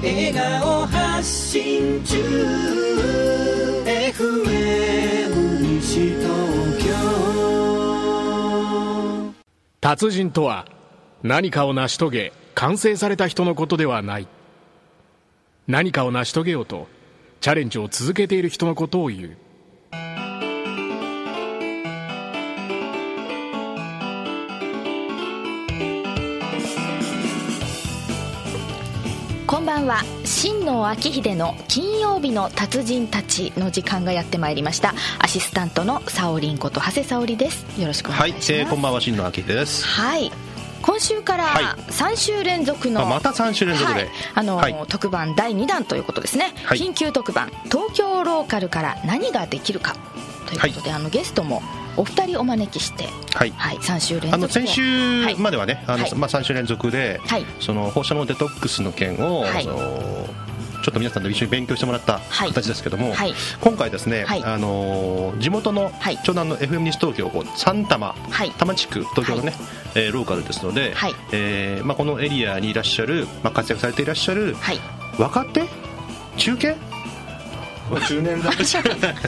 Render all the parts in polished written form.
笑顔発信中 FM 西東京。 達人とは何かを成し遂げ完成された人のことではない。何かを成し遂げようとチャレンジを続けている人のことを言う。 こんばんは。新野明秀の金曜日の達人たちの時間がやってまいりました。アシスタントのさおりんこと長谷沙織です。よろしくお願いします。 はい、こんばんは、新野明秀です。 はい、今週から3週連続の、 また3週連続で、 特番第2弾ということですね、緊急特番東京ローカルから何ができるかということで、ゲストもお二人お招きして、3週連続で先週まではね、3週連続で、その放射能デトックスの件を、ちょっと皆さんと一緒に勉強してもらった形ですけども、今回ですね、地元の湘南の FM 西東京三多摩地区、東京のね、ローカルですので、このエリアにいらっしゃる、活躍されていらっしゃる若手中堅 10年代中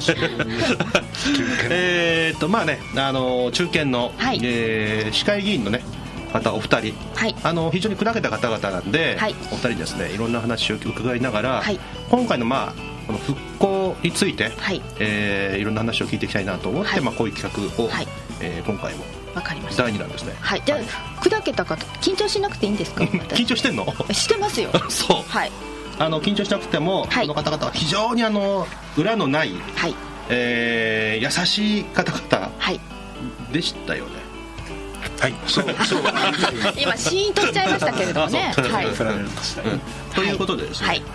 堅の、市会議員のね方お二人、非常に砕けた方々なんで、お二人ですね、いろんな話を伺いながら、今回のこの復興について、いろんな話を聞いていきたいなと思って、こういう企画を、今回も第2弾ですね。 じゃあ砕けた方緊張しなくていいんですか？ 緊張してんの？ してますよ。 そう、緊張しなくても、この方々は非常に裏のない、優しい方々でしたよね。そう今シーンとしちゃいましたけれどもね。 ということでですね、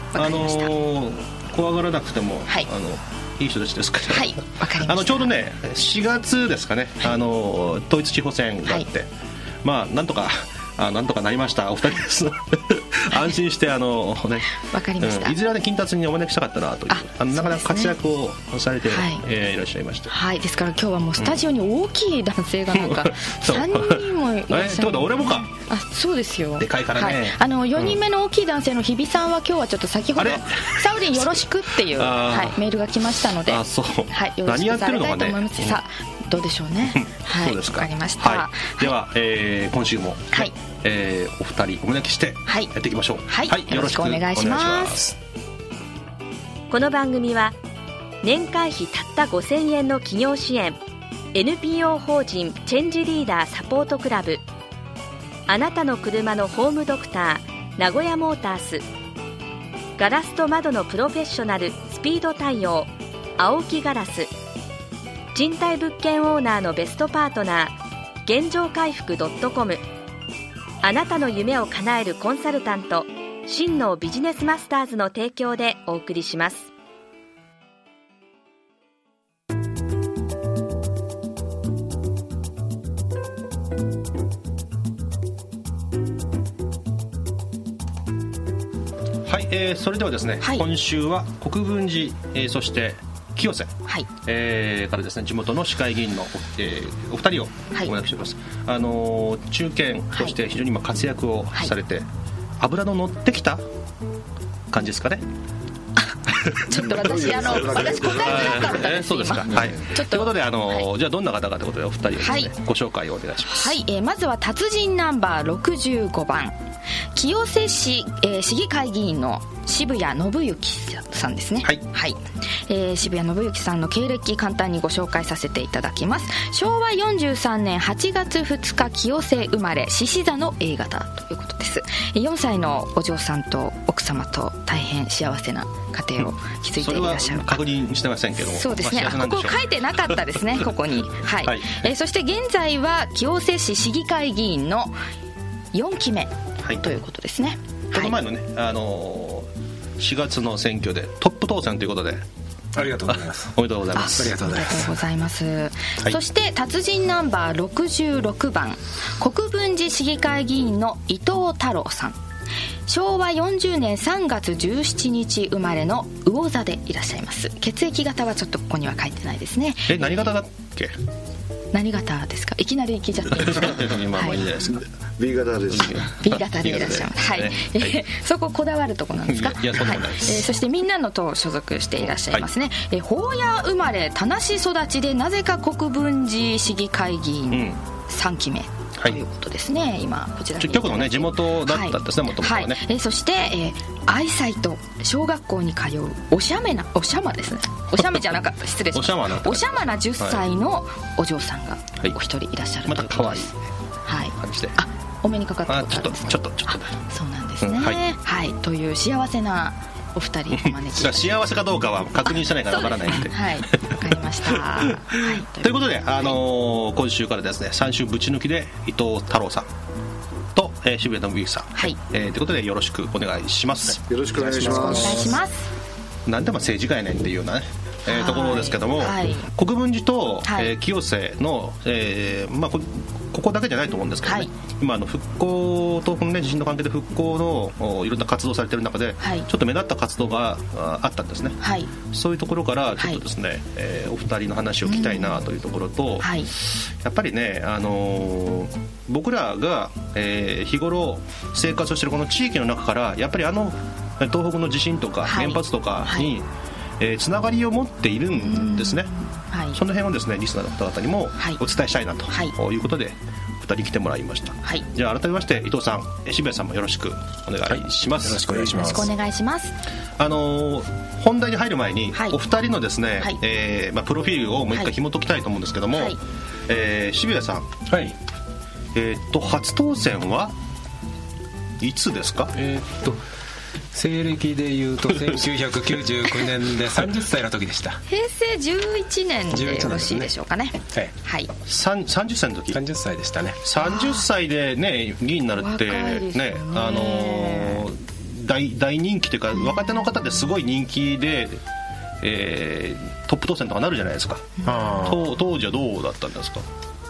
怖がらなくてもいい人たちですから、 わかりました。 ちょうどね4月ですかね、統一地方選があって、なんとかなりました。お二人です安心してわかりました。 いずれはね、金達にお招きしたかったなという、なかなか活躍をされていらっしゃいまして、 ですから今日はもうスタジオに大きい男性がなんか3人もいらっしゃる。 俺もか。 そうですよ。 でかいからね。 4人目の大きい男性の日比さんは今日はちょっと先ほどサウリンよろしくっていうメールが来ましたので、よろしくされたいと思います。さあどうでしょうね。 そうですか。 わかりました。 では今週もお二人お招きしてやっていきましょう。 よろしくお願いします。 この番組は年会費たった5000円の企業支援 NPO 法人チェンジリーダーサポートクラブ、あなたの車のホームドクター名古屋モータース、ガラスと窓のプロフェッショナルスピード対応青木ガラス、賃貸物件オーナーのベストパートナー現状回復 .com、 あなたの夢を叶えるコンサルタント真のビジネスマスターズの提供でお送りします。 それではですね、今週は国分寺、そして清瀬、からですね、地元の市会議員のお二人をお招きしております。中堅として非常に今活躍をされて、油の乗ってきた感じですかね。 ちょっと私答えづらかったです。 そうですか。ということでじゃあどんな方かということでお二人をですね、ご紹介をお願いします。 まずは達人ナンバー65番清瀬市、市議会議員の渋谷信之さんですね。渋谷信之さんの経歴簡単にご紹介させていただきます。昭和43年8月2日清瀬生まれ、獅子座の A 型ということです。4歳のお嬢さんと奥様と大変幸せな家庭を築いていらっしゃる。 それは確認してませんけども。 そうですね。ここ書いてなかったですね。ここに。そして現在は清瀬市市議会議員の4期目ということですね。 この前のね、4月の選挙でトップ当選ということで、 ありがとうございます。 おめでとうございます。 ありがとうございます。 そして達人ナンバー66番国分寺市議会議員の伊藤太郎さん、昭和40年3月17日生まれの魚座でいらっしゃいます。血液型はちょっとここには書いてないですね。 何型だっけ？ 何型ですか？いきなり聞いちゃっていいですか？ まあいいじゃないですか。 B 型です。 B 型でいらっしゃいます。はい、そここだわるとこなんですか？ いやそんなことないです。 そしてみんなの党所属していらっしゃいますね。保谷生まれ田無育ちでなぜか国分寺市議会議員3期目ということですね。今こちらに局のね地元だったんですね、もともとはね。 そして、愛妻と小学校に通うおしゃめですね。おしゃめじゃなかった失礼しました。おしゃまな10歳のお嬢さんがお一人いらっしゃるということです。また可愛い感じで、お目にかかったことあるんですか？ちょっとそうなんですね。はい、という幸せなお二人お招き幸せかどうかは確認してないからわからないんで、 はい、わかりました。 ということで、今週からですね3週ぶち抜きで伊藤太郎さんと、渋谷信之さん、ということでよろしくお願いします。 よろしくお願いします。 お願いします。 何でも政治家やねんっていうようなね、ところですけども、国分寺と、清瀬の、ここだけじゃないと思うんですけどね、今復興東北の、地震の関係で復興のいろんな活動されている中で、ちょっと目立った活動があったんですね。そういうところからちょっとですね、お二人の話を聞きたいなというところと、やっぱりね、僕らが、日頃生活をしているこの地域の中からやっぱり東北の地震とか原発とかに、つながりを持っているんですね。その辺をですねリスナーの方々にもお伝えしたいなということで2人来てもらいました。じゃあ改めまして伊藤さん、渋谷さんもよろしくお願いします。 よろしくお願いします。 よろしくお願いします。 本題に入る前に、お二人のですね、プロフィールをもう一回紐解きたいと思うんですけども、渋谷さん、初当選はいつですか？ 西暦でいうと1999年で30歳の時でした。 平成11年でよろしいでしょうかね。 30歳の時。 30歳でしたね。 30歳でね議員になるってね、大人気というか、若手の方ですごい人気で、トップ当選とかなるじゃないですか。当時はどうだったんですか？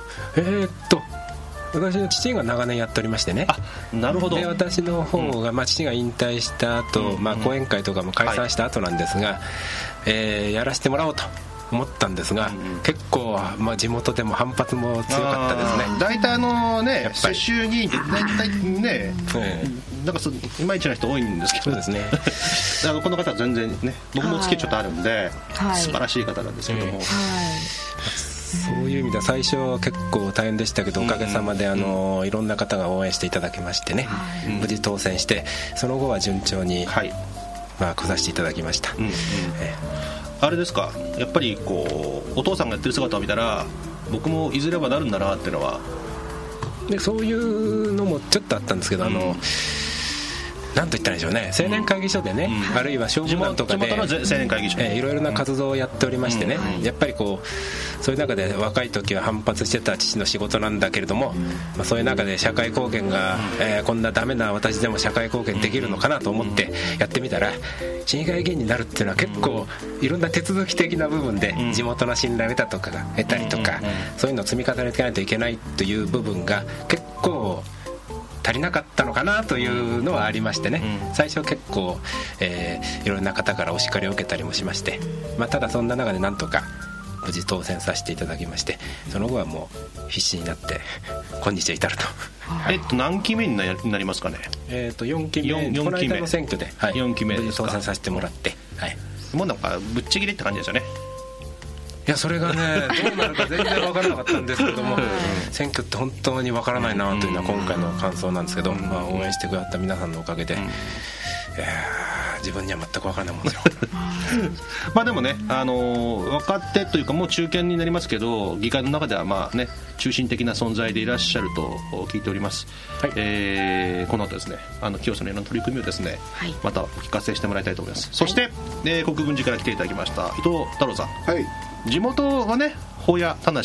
私の父が長年やっておりましてね。 なるほど。 で私の方が、父が引退した後、講演会とかも解散した後なんですが、やらせてもらおうと思ったんですが、結構、地元でも反発も強かったですね。 大体世襲議員って大体ね、なんかいまいちな人多いんですけど、 そうですね。 この方は全然ね、僕もつけちょっとあるんで、素晴らしい方なんですけども、 そういう意味では最初は結構大変でしたけど、おかげさまでいろんな方が応援していただきましてね、無事当選して、その後は順調に、来させていただきました。 あれですか、やっぱりお父さんがやってる姿を見たら僕もいずれはなるんだなっていうのは、 でそういうのもちょっとあったんですけど、なんと言ったらいいでしょうね、青年会議所でね、あるいは消防団とかで地元の青年会議所、 いろいろな活動をやっておりましてね、やっぱりそういう中で若い時は反発してた父の仕事なんだけれども、そういう中で社会貢献が、こんなダメな私でも社会貢献できるのかなと思ってやってみたら、市議会議員になるっていうのは結構いろんな手続き的な部分で地元の信頼を得たりとか、そういうのを積み重ねていかないといけないという部分が結構足りなかったのかなというのはありましてね、最初結構、いろんな方からお叱りを受けたりもしまして、ただそんな中でなんとか無事当選させていただきまして、その後はもう必死になって今日至ると。 何期目になりますかね ？4期目、この間の選挙で、 4期目無事当選させてもらって、 もうなんかぶっちぎりって感じですよね。 いや、それがねどうなるか全然分からなかったんですけども、選挙って本当に分からないなというのは今回の感想なんですけど、応援してくださった皆さんのおかげで、自分には全く分からないもんですよ。 でもね、若手というかもう中堅になりますけど、議会の中では中心的な存在でいらっしゃると聞いております。この後ですね、清瀬のいろんな取り組みをですね、またお聞かせしてもらいたいと思います。そして、国分寺から来ていただきました伊藤太郎さん、地元はね保谷田無、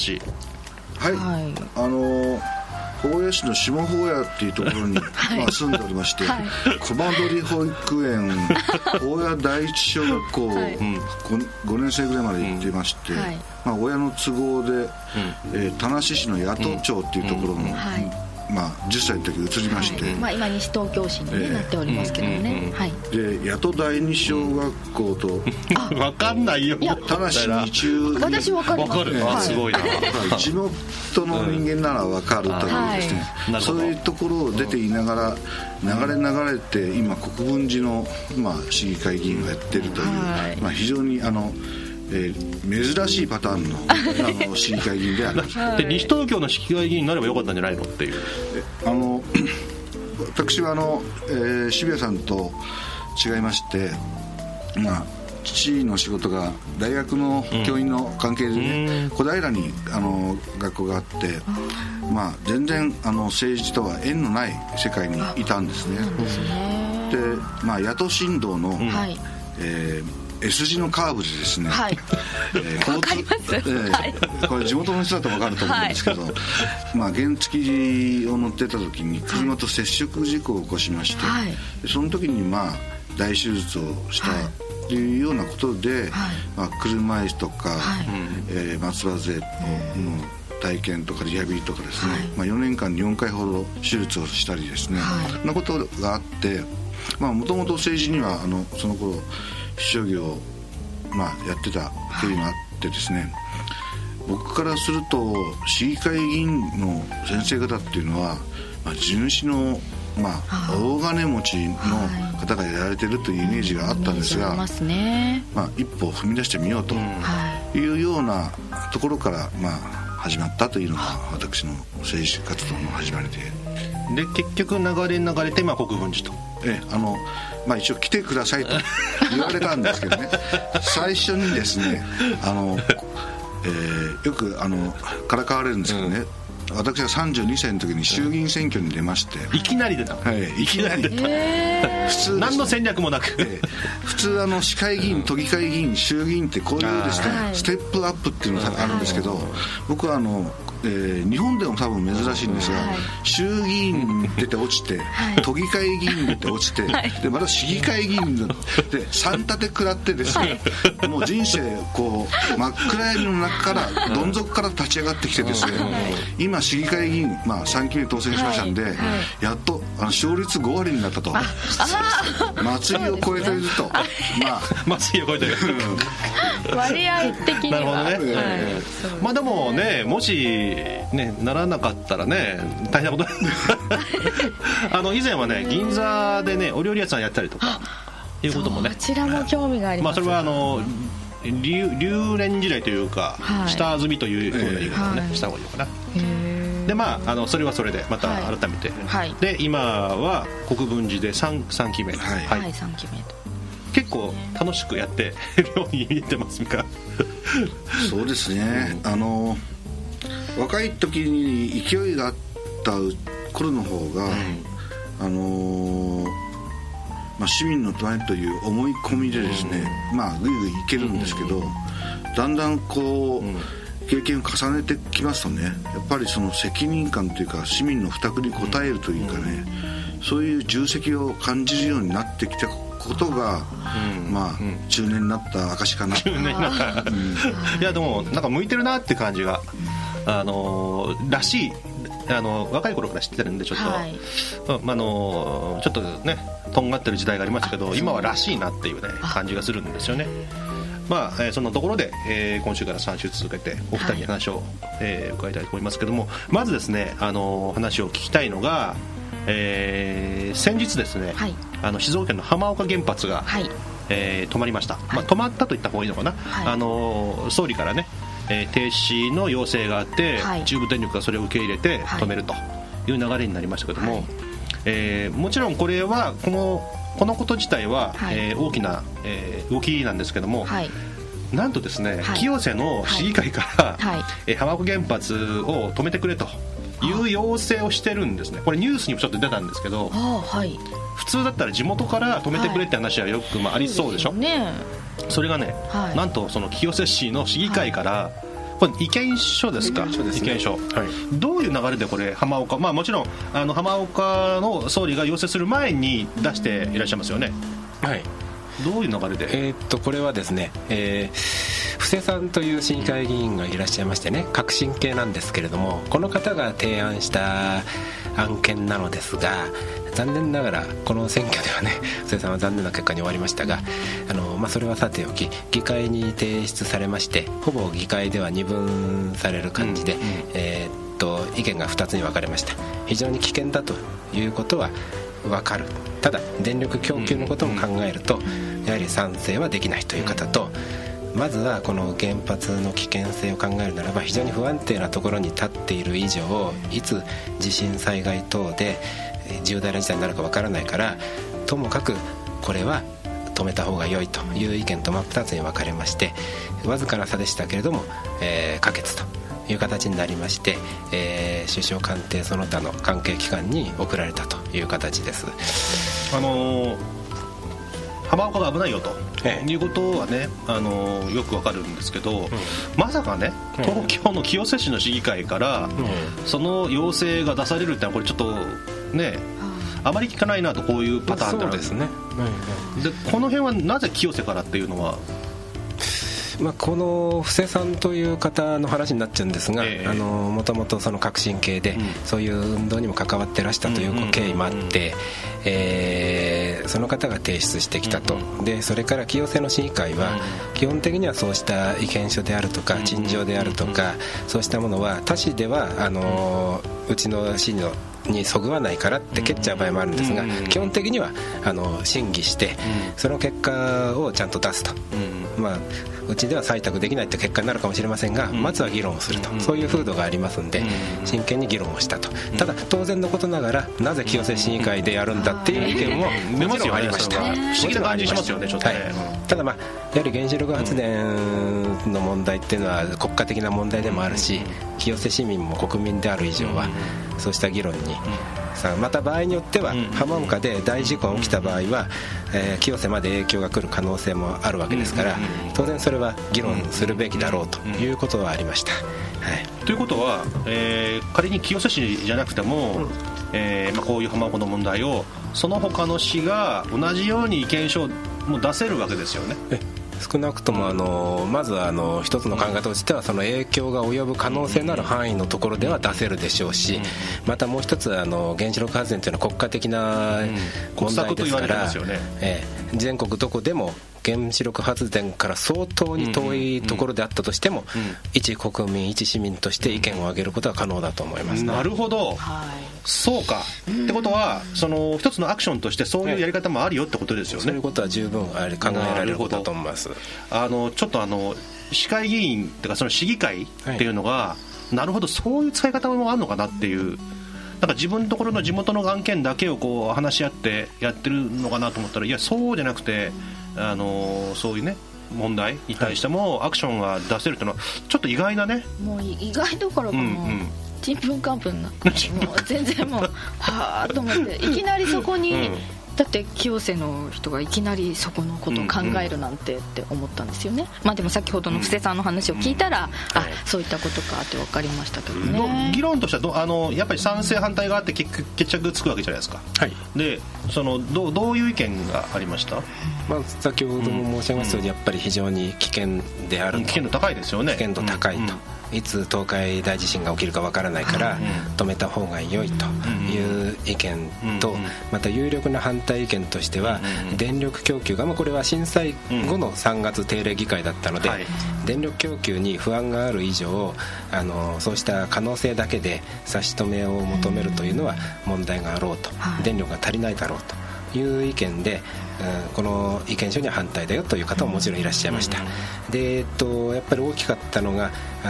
保谷市の下保谷っていうところに、住んでおりまして、コマドリ保育園保谷第一小学校、5年生ぐらいまで行っていまして、親の都合で、田無市の八戸町っていうところの、10歳の時移りまして、 今西東京市に、なっておりますけどね、 で八戸第二小学校と分かんないよ。 田無二中、 私分かります。 分かる、すごいな。 地元の人間なら分かるというですね、そういうところを出ていながら流れて今国分寺の、市議会議員をやってるという、非常に珍しいパターンの市議会議員でありますで西東京の市議会議員になればよかったんじゃないのっていう。 私は渋谷さんと違いまして、父の仕事が大学の教員の関係でね、小平に学校があって、全然政治とは縁のない世界にいたんですね。で、八戸新道の、S 字のカーブでですね、 分かります、 これ地元の人だと分かると思うんですけど、原付を乗ってた時に車と接触事故を起こしまして、その時に大手術をしたというようなことで、車椅子とか、松葉杖の体験とかリハビリとかですね、4年間に4回ほど手術をしたりですね、そんなことがあって、もともと政治にはその頃秘書業をやってた経緯があってですね、僕からすると市議会議員の先生方っていうのは、地主の大金持ちの方がやられてるというイメージがあったんですが、一歩踏み出してみようというようなところから始まったというのが私の政治活動の始まりで、 結局流れて国分寺と、 一応来てくださいと言われたんですけどね最初にですねよくからかわれるんですけどね、私は32歳の時に衆議院選挙に出まして、 いきなり出た、 いきなり普通何の戦略もなく、 普通市会議員、都議会議員、衆議院ってこういうですね、ステップアップっていうのがあるんですけど、僕は日本でも多分珍しいんですが、衆議院に出て落ちて、都議会議員に出て落ちて、でまた市議会議員で3立て食らってですね、もう人生真っ暗闇の中からどん底から立ち上がってきてですね、今市議会議員、3期目当選しましたんで、やっと勝率5割になったと、祭りを超えていると、 祭りを超えてる割合的には、 なるほどね、でもね、もしならなかったらね大変なこと以前はね銀座でねお料理屋さんやったりとかいうこともね、 こちらも興味があります。 それは留年時代というか、下積みというような言い方をね、した方がいいのかな。でそれはそれでまた改めて、で今は国分寺で3期目、 3期目と結構楽しくやってるように見えてますか？ そうですね、若い時に勢いがあった頃の方が、市民のためという思い込みでですね、ぐいぐいいけるんですけど、だんだん経験を重ねてきますとね、やっぱりその責任感というか市民の負託に応えるというかね、そういう重責を感じるようになってきたことが、中年になった証かな。中年になった、 いやでもなんか向いてるなって感じがらしい、若い頃から知ってるんでちょっと、ちょっとねとんがってる時代がありましたけど、今はらしいなっていうね感じがするんですよね。そんなところで、今週から3週続けてお二人に話を、伺いたいと思いますけども、まずですね話を聞きたいのが、先日ですね、静岡県の浜岡原発が、止まりました、止まったと言った方がいいのかな、総理からね停止の要請があって、中部電力がそれを受け入れて止めるという流れになりましたけども、もちろんこれはこのこと自体は、大きな、動きなんですけども、なんとですね、清瀬の市議会から、浜岡原発を止めてくれという要請をしてるんですね。これニュースにもちょっと出たんですけど、普通だったら地元から止めてくれって話はよくありそうでしょ。それがね、なんとその清瀬市の市議会から、これ意見書ですか、意見書、どういう流れでこれ浜岡、もちろん浜岡の総理が要請する前に出していらっしゃいますよね。どういう流れで？ これはですね、布施さんという市議会議員がいらっしゃいましてね、革新系なんですけれども、この方が提案した案件なのですが、 残念ながらこの選挙ではね布施さんは残念な結果に終わりましたが、それはさておき議会に提出されまして、ほぼ議会では二分される感じで、意見が2つに分かれました。非常に危険だということは分かる。ただ電力供給のことも考えるとやはり賛成はできないという方と、まずはこの原発の危険性を考えるならば非常に不安定なところに立っている以上、いつ地震災害等で重大な事態になるか分からないから、ともかくこれは止めた方が良いという意見と真っ二つに分かれまして、わずかな差でしたけれども、可決という形になりまして、首相官邸その他の関係機関に送られたという形です。 浜岡が危ないよということはね、よくわかるんですけど、まさかね東京の清瀬市の市議会からその要請が出されるってのはこれちょっとねあまり聞かないなと、こういうパターンってそうですね。 でこの辺はなぜ清瀬からっていうのは、 この布施さんという方の話になっちゃうんですが、もともとその革新系で、そういう運動にも関わってらしたという経緯もあって、その方が提出してきたと。でそれから清瀬の市議会は基本的にはそうした意見書であるとか陳情であるとか、そうしたものは他市ではうちの市にそぐわないからって蹴っちゃう場合もあるんですが、基本的には審議してその結果をちゃんと出すと、うちでは採択できないという結果になるかもしれませんが、まずは議論をすると、そういう風土がありますんで真剣に議論をしたと。ただ当然のことながら、なぜ清瀬市議会でやるんだっていう意見ももちろんありました。 不思議な感じしますよね、ちょっとね。 ただやはり原子力発電の問題っていうのは国家的な問題でもあるし、清瀬市民も国民である以上はそうした議論に、また場合によっては浜岡で大事故が起きた場合は、清瀬まで影響が来る可能性もあるわけですから、当然それは議論するべきだろうということはありました。 ということは、仮に清瀬市じゃなくても、こういう浜岡の問題をその他の市が同じように意見書を出せるわけですよね。 少なくともまずは一つの考え方としては、その影響が及ぶ可能性のある範囲のところでは出せるでしょうし、またもう一つ原子力発電というのは国家的な問題ですから、全国どこでも原子力発電から相当に遠いところであったとしても、一国民一市民として意見を上げることは可能だと思います、ね。 なるほど、そうか、ってことはその一つのアクションとしてそういうやり方もあるよってことですよね。 そういうことは十分考えられることだと思います。 ちょっと市会議員っていうかその市議会っていうのが、なるほどそういう使い方もあるのかなっていう、なんか自分のところの地元の案件だけをこう話し合ってやってるのかなと思ったら、いやそうじゃなくてそういうね問題に対してもアクションが出せるというのはちょっと意外なね。 もう意外どころかもうちんぷんかんぷんな、もう全然もうはぁと思って、いきなりそこに、だって清瀬の人がいきなりそこのことを考えるなんてって思ったんですよね。でも先ほどの布施さんの話を聞いたら、そういったことかって分かりましたけどね。 議論としてはやっぱり賛成反対があって決着つくわけじゃないですか。でどういう意見がありました？ 先ほども申し上げましたように、やっぱり非常に危険であると。 危険度高いですよね。 危険度高いと、いつ東海大地震が起きるかわからないから止めた方が良いという意見と、また有力な反対意見としては、電力供給が、これは震災後の3月定例議会だったので、電力供給に不安がある以上そうした可能性だけで差し止めを求めるというのは問題があろうと、電力が足りないだろうという意見で、この意見書には反対だよという方ももちろんいらっしゃいました。でやっぱり大きかったのが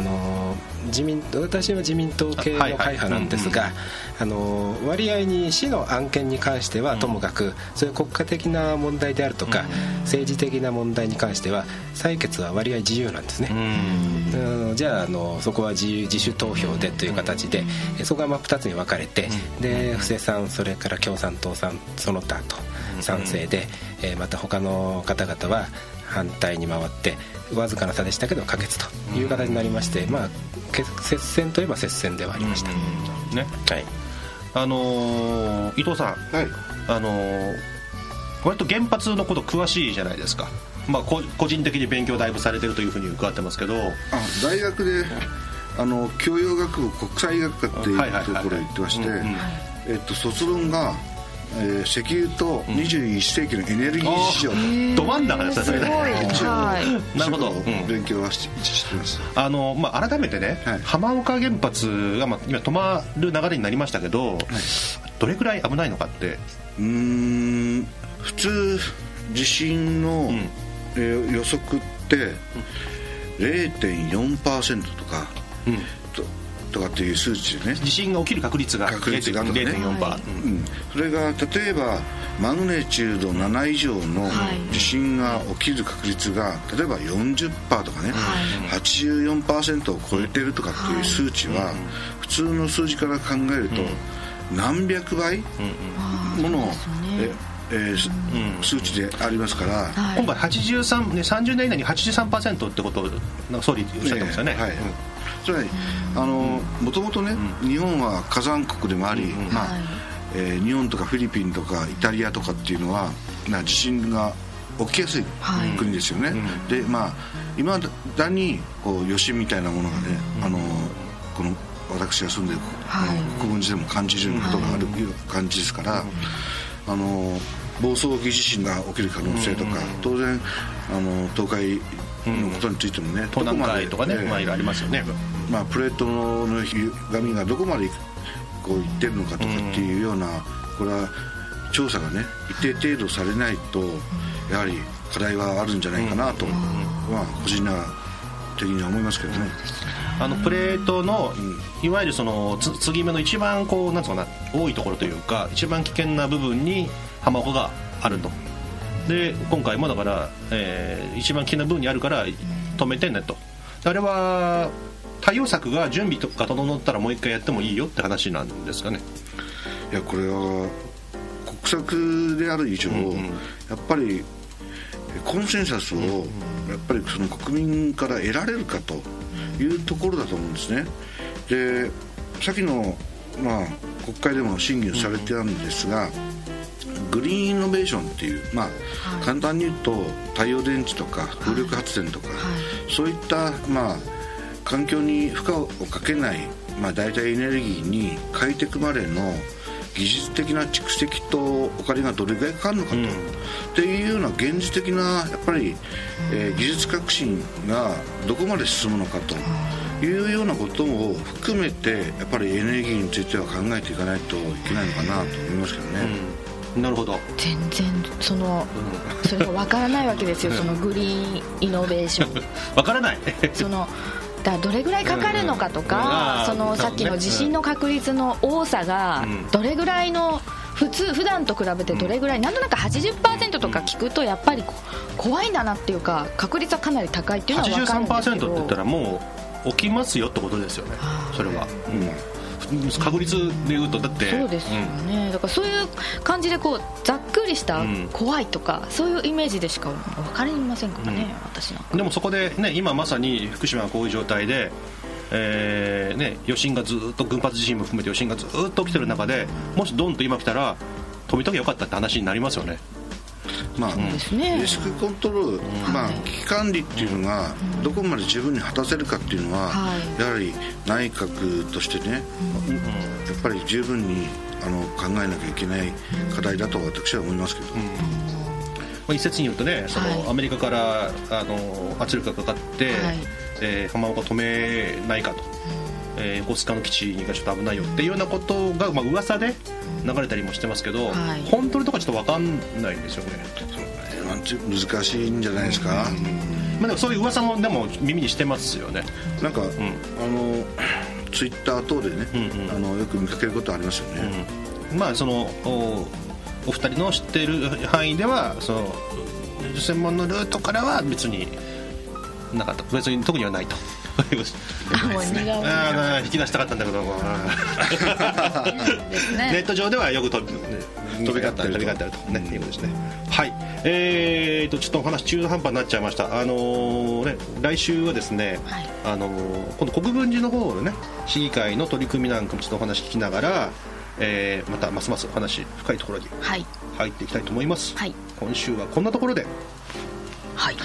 私は自民党系の会派なんですが、割合に市の案件に関してはともかく、そういう国家的な問題であるとか政治的な問題に関しては採決は割合自由なんですね。じゃあそこは自主投票でという形で、そこが2つに分かれて、で布施さんそれから共産党さんその他と賛成で、また他の方々は反対に回って、わずかな差でしたけど可決という形になりまして、接戦といえば接戦ではありました。 伊藤さん、割と原発のこと詳しいじゃないですか。個人的に勉強だいぶされてるというふうに伺ってますけど、 大学で教養学部国際学科っていうところに行ってまして、卒論が石油と21世紀のエネルギー市場と、 ど真ん中ですね、それね。 なるほど、勉強はしてます。 改めてね、浜岡原発が今止まる流れになりましたけど、どれくらい危ないのかって。 普通地震の、予測って 0.4% とか、とかっていう数値でね、 地震が起きる確率が 0.4%、 それが例えばマグネチュード7以上の地震が起きる確率が例えば 40% とかね、84% を超えてるとかっていう数値は、普通の数字から考えると何百倍もの数値でありますから、 今回30年以内に 83% ってことを総理おっしゃってましたね。 つまりもともとね、日本は火山国でもあり、日本とかフィリピンとかイタリアとかっていうのは地震が起きやすい国ですよね。で今だに余震みたいなものがね、この私が住んでいる国分寺でも感じることがある感じですから、暴走域地震が起きる可能性とか、当然東海のことについてもね、 東南海とかね、いろいろありますよね。 プレートの歪みがどこまでこういってるのかとかっていうような、これは調査がね一定程度されないとやはり課題はあるんじゃないかなと、個人的には思いますけどね。 プレートのいわゆるその継ぎ目の一番なんつうかな、多いところというか一番危険な部分に浜岡があると。で今回もだから、一番危険な部分にあるから止めてねと。あれは対応策が準備とか整ったらもう一回やってもいいよって話なんですかね。 いや、これは国策である以上、やっぱりコンセンサスをやっぱりその国民から得られるかというところだと思うんですね。で、さっきの、国会でも審議されてたんですが、グリーンイノベーションっていう、簡単に言うと太陽電池とか風力発電とか、そういった、環境に負荷をかけない、代替エネルギーに変えていくまでの技術的な蓄積とお金がどれぐらいかかるのかと、っていうような現実的なやっぱり、技術革新がどこまで進むのかというようなことを含めて、やっぱりエネルギーについては考えていかないといけないのかなと思いますけどね。 なるほど。 全然それが分からないわけですよ。そのグリーンイノベーション分からないだどれぐらいかかるのかとか、さっきの地震の確率の多さがどれぐらいの普段と比べてどれぐらい、なんとなく 80% とか聞くとやっぱり怖いんだなっていうか、確率はかなり高いっていうのは分かるんですけど、 83% って言ったらもう起きますよってことですよね。それは、確率でいうとだってそうですよね。だからそういう感じでざっくりした怖いとか、そういうイメージでしか分かりませんからね、私なんか。 でもそこでね、今まさに福島はこういう状態で、余震がずっと群発地震も含めて余震がずっと起きてる中で、もしドンと今来たら止めとけばよかったって話になりますよね。 リスクコントロール、危機管理っていうのがどこまで十分に果たせるかっていうのは、やはり内閣としてね、やっぱり十分に考えなきゃいけない課題だと私は思いますけど、 一説に言うとね、アメリカから圧力がかかって、浜岡止めないかと、横須賀の基地がちょっと危ないよっていうようなことが、噂で流れたりもしてますけど、本当のところはちょっと分かんないんですよね。 難しいんじゃないですか。 でもそういう噂もでも耳にしてますよね。 なんか、ツイッター等でね、よく見かけることありますよね。 お二人の知っている範囲では、専門のルートからは別になかった、別に特にはないと引き出したかったんだけどネット上ではよく飛び交ってるということですね。はい、ちょっとお話中途半端になっちゃいました。来週はですね、今度国分寺の方のね、市議会の取り組みなんかもちょっとお話聞きながら、またますます話深いところに入っていきたいと思います。今週はこんなところで。はい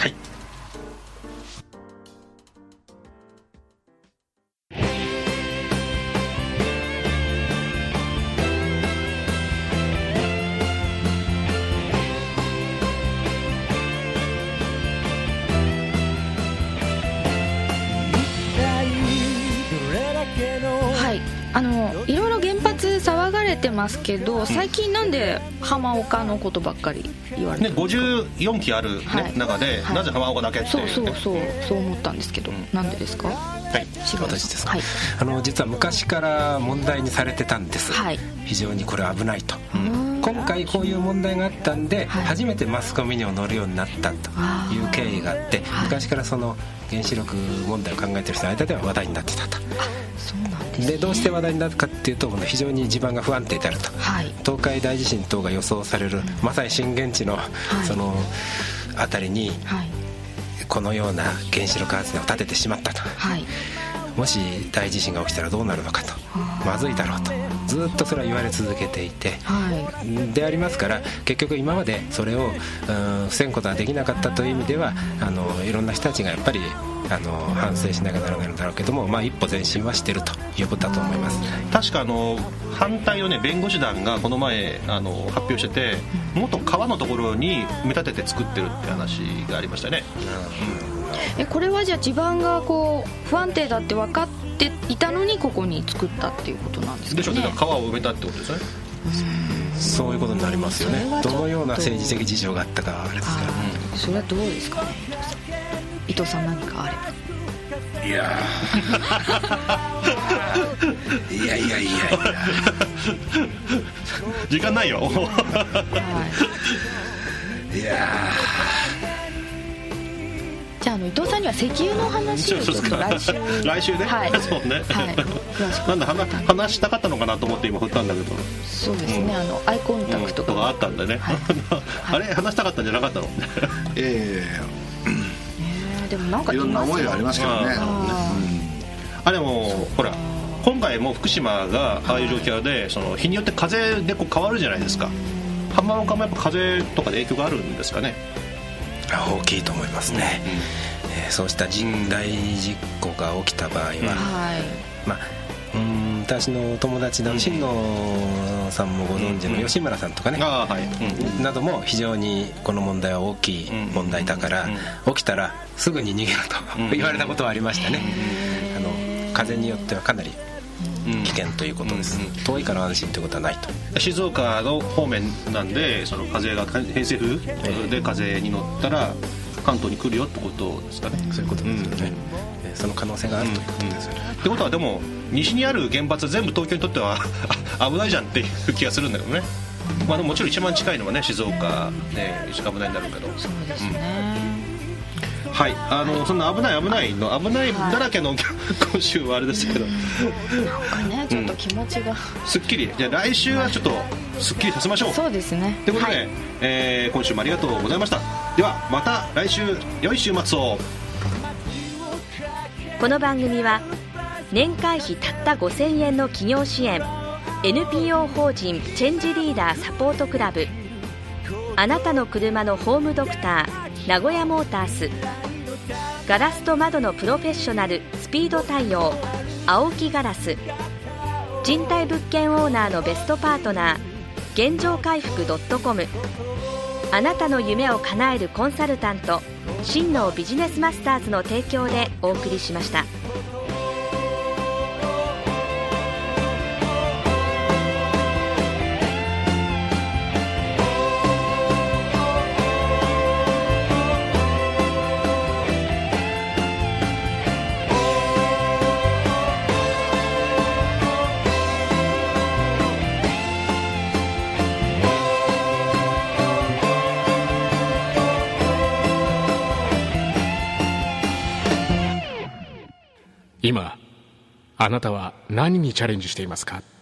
いろいろ原発騒がれてますけど、最近なんで浜岡のことばっかり言われてるんですか。 54基ある、中で、なぜ浜岡だけって、 そう思ったんですけど、なんでですか。 はい、私ですか、実は昔から問題にされてたんです、非常にこれ危ないと、今回こういう問題があったんで、初めてマスコミにも載るようになったという経緯があって、昔からその原子力問題を考えている人の間では話題になってたと。 そうなんですね。 でどうして話題になるかっていうと、非常に地盤が不安定であると、東海大地震等が予想される、まさに震源地のその辺りに、このような原子力発電を建ててしまったと、もし大地震が起きたらどうなるのかと、まずいだろうとずっとそれは言われ続けていて、でありますから、結局今までそれを防ぐことができなかったという意味では、いろんな人たちがやっぱり反省しなきゃならないんだろうけども、一歩前進はしているということだと思います。 確か反対の、弁護士団がこの前発表してて、元川のところに埋め立てて作ってるって話がありましたね。 これはじゃあ地盤がこう不安定だって分かっていたのにここに作ったっていうことなんですかね。 でしょうね。川を埋めたってことですね。 そういうことになりますよね。どのような政治的事情があったかはあれですから、 それはどうですかね、伊藤さん何かあれば。 いや時間ないよ。 いやじゃあ伊藤さんには石油の話をちょっと来週ね、そうね、なんだ話したかったのかなと思って今振ったんだけど、 そうですね、アイコンタクトとかあったんだね、あれ話したかったんじゃなかったの。 でもなんかいろんな思いがありますけどね。 でもほら今回も福島がああいう状況で、その日によって風でこう変わるじゃないですか。浜岡もやっぱ風とかで影響があるんですかね。 大きいと思いますね、そうした甚大事故が起きた場合は、私の友達の新野さんもご存知の吉村さんとかね、なども非常にこの問題は大きい問題だから、起きたらすぐに逃げろと言われたことはありましたね。風によってはかなり危険ということです、遠いから安心ということはないと。 静岡の方面なんで、その風が偏西風で風に乗ったら関東に来るよってことですかね。 そういうことですよね、その可能性があるということですよね。 ってことはでも西にある原発全部東京にとっては危ないじゃんっていう気がするんだけどね。でももちろん一番近いのはね静岡で一番危ないんだろうけど。 そうですね、 はい、そんな危ないだらけの今週はあれですけど、 なんかねちょっと気持ちが、 すっきり、じゃあ来週はちょっとすっきりさせましょう。 そうですね。 ということで、今週もありがとうございました。ではまた来週、良い週末を。 この番組は年会費たった5000円の企業支援 NPO 法人チェンジリーダーサポートクラブ、あなたの車のホームドクター名古屋モータース、ガラスと窓のプロフェッショナルスピード対応青木ガラス、賃貸物件オーナーのベストパートナー現状回復 .com、 あなたの夢を叶えるコンサルタント真のビジネスマスターズの提供でお送りしました。 今あなたは何にチャレンジしていますか。